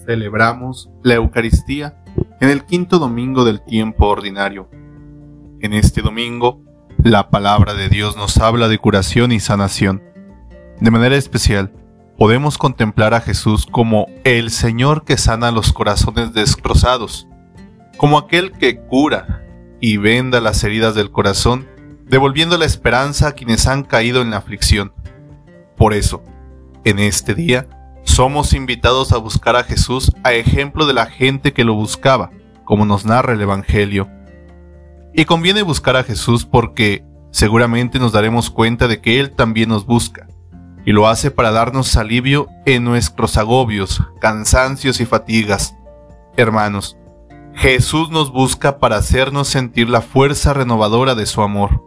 celebramos la Eucaristía en el quinto domingo del tiempo ordinario. En este domingo, la palabra de Dios nos habla de curación y sanación. De manera especial, podemos contemplar a Jesús como el Señor que sana los corazones destrozados, como aquel que cura y venda las heridas del corazón, devolviendo la esperanza a quienes han caído en la aflicción. Por eso, en este día, somos invitados a buscar a Jesús a ejemplo de la gente que lo buscaba, como nos narra el Evangelio. Y conviene buscar a Jesús porque seguramente nos daremos cuenta de que Él también nos busca, y lo hace para darnos alivio en nuestros agobios, cansancios y fatigas. Hermanos, Jesús nos busca para hacernos sentir la fuerza renovadora de su amor.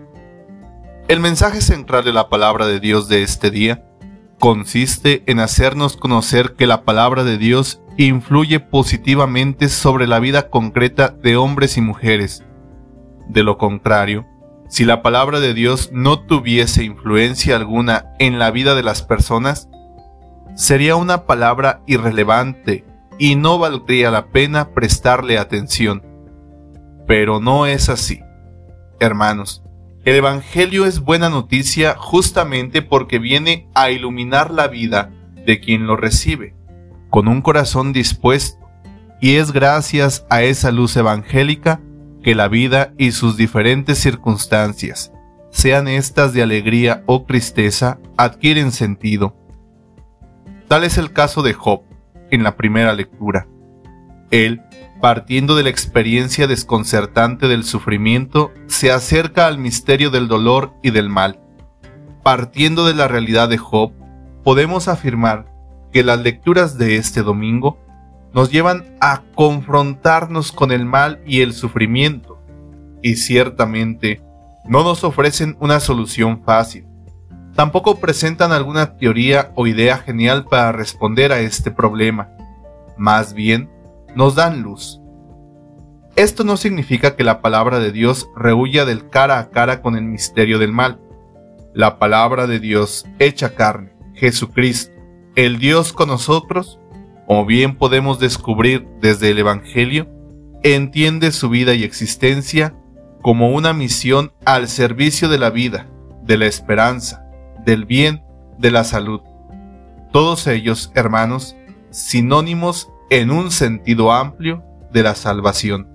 El mensaje central de la palabra de Dios de este día consiste en hacernos conocer que la palabra de Dios influye positivamente sobre la vida concreta de hombres y mujeres. De lo contrario, si la palabra de Dios no tuviese influencia alguna en la vida de las personas, sería una palabra irrelevante y no valdría la pena prestarle atención. Pero no es así. Hermanos, el Evangelio es buena noticia justamente porque viene a iluminar la vida de quien lo recibe, con un corazón dispuesto, y es gracias a esa luz evangélica que la vida y sus diferentes circunstancias, sean estas de alegría o tristeza, adquieren sentido. Tal es el caso de Job, en la primera lectura. Él, partiendo de la experiencia desconcertante del sufrimiento, se acerca al misterio del dolor y del mal. Partiendo de la realidad de Job, podemos afirmar que las lecturas de este domingo nos llevan a confrontarnos con el mal y el sufrimiento, y ciertamente no nos ofrecen una solución fácil. Tampoco presentan alguna teoría o idea genial para responder a este problema. Más bien, nos dan luz. Esto no significa que la palabra de Dios rehuya del cara a cara con el misterio del mal. La palabra de Dios hecha carne, Jesucristo, el Dios con nosotros, o bien podemos descubrir desde el Evangelio, entiende su vida y existencia como una misión al servicio de la vida, de la esperanza, del bien, de la salud. Todos ellos, hermanos, sinónimos en un sentido amplio de la salvación.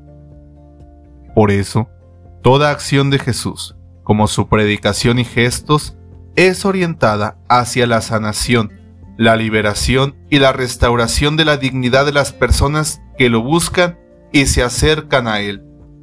Por eso, toda acción de Jesús, como su predicación y gestos, es orientada hacia la sanación, la liberación y la restauración de la dignidad de las personas que lo buscan y se acercan a Él.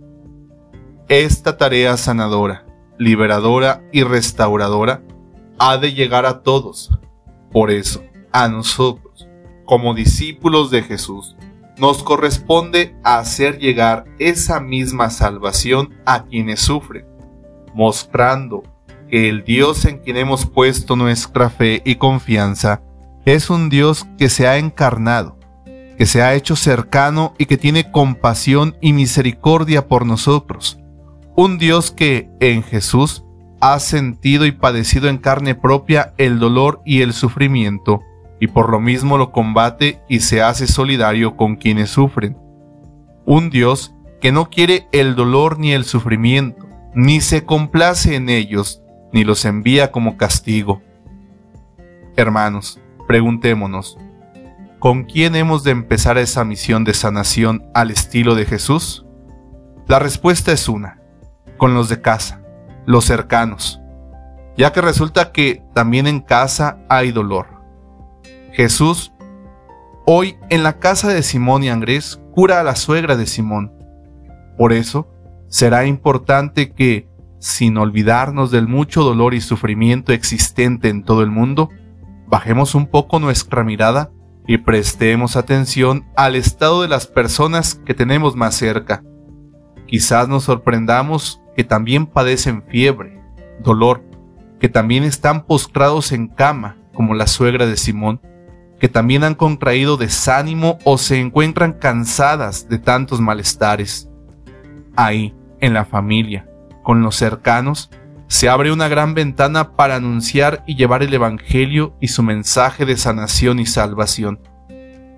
Esta tarea sanadora, liberadora y restauradora ha de llegar a todos. Por eso, a nosotros, como discípulos de Jesús, nos corresponde hacer llegar esa misma salvación a quienes sufren, mostrando que el Dios en quien hemos puesto nuestra fe y confianza es un Dios que se ha encarnado, que se ha hecho cercano y que tiene compasión y misericordia por nosotros. Un Dios que, en Jesús, ha sentido y padecido en carne propia el dolor y el sufrimiento, y por lo mismo lo combate y se hace solidario con quienes sufren. Un Dios que no quiere el dolor ni el sufrimiento, ni se complace en ellos, ni los envía como castigo. Hermanos, preguntémonos, ¿con quién hemos de empezar esa misión de sanación al estilo de Jesús? La respuesta es una: con los de casa, los cercanos, ya que resulta que también en casa hay dolor. Jesús, hoy en la casa de Simón y Andrés, cura a la suegra de Simón. Por eso, será importante que, sin olvidarnos del mucho dolor y sufrimiento existente en todo el mundo, bajemos un poco nuestra mirada y prestemos atención al estado de las personas que tenemos más cerca. Quizás nos sorprendamos que también padecen fiebre, dolor, que también están postrados en cama, como la suegra de Simón, que también han contraído desánimo o se encuentran cansadas de tantos malestares. Ahí, en la familia, con los cercanos, se abre una gran ventana para anunciar y llevar el Evangelio y su mensaje de sanación y salvación.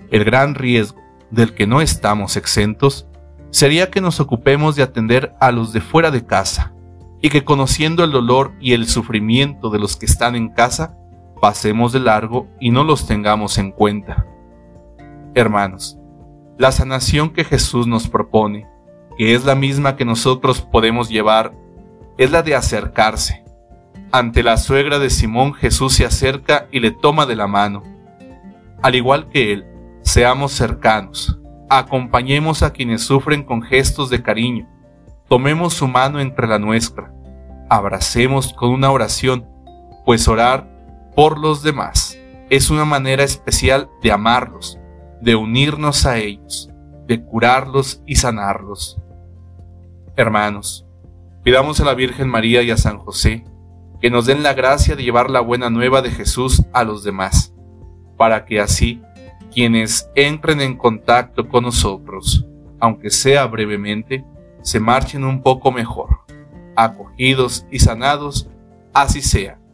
El gran riesgo, del que no estamos exentos, sería que nos ocupemos de atender a los de fuera de casa, y que conociendo el dolor y el sufrimiento de los que están en casa, pasemos de largo y no los tengamos en cuenta. Hermanos, la sanación que Jesús nos propone, que es la misma que nosotros podemos llevar, es la de acercarse. Ante la suegra de Simón, Jesús se acerca y le toma de la mano. Al igual que él, seamos cercanos, acompañemos a quienes sufren con gestos de cariño, tomemos su mano entre la nuestra, abracemos con una oración, pues orar por los demás es una manera especial de amarlos, de unirnos a ellos, de curarlos y sanarlos. Hermanos, pidamos a la Virgen María y a San José que nos den la gracia de llevar la buena nueva de Jesús a los demás, para que así quienes entren en contacto con nosotros, aunque sea brevemente, se marchen un poco mejor, acogidos y sanados, así sea.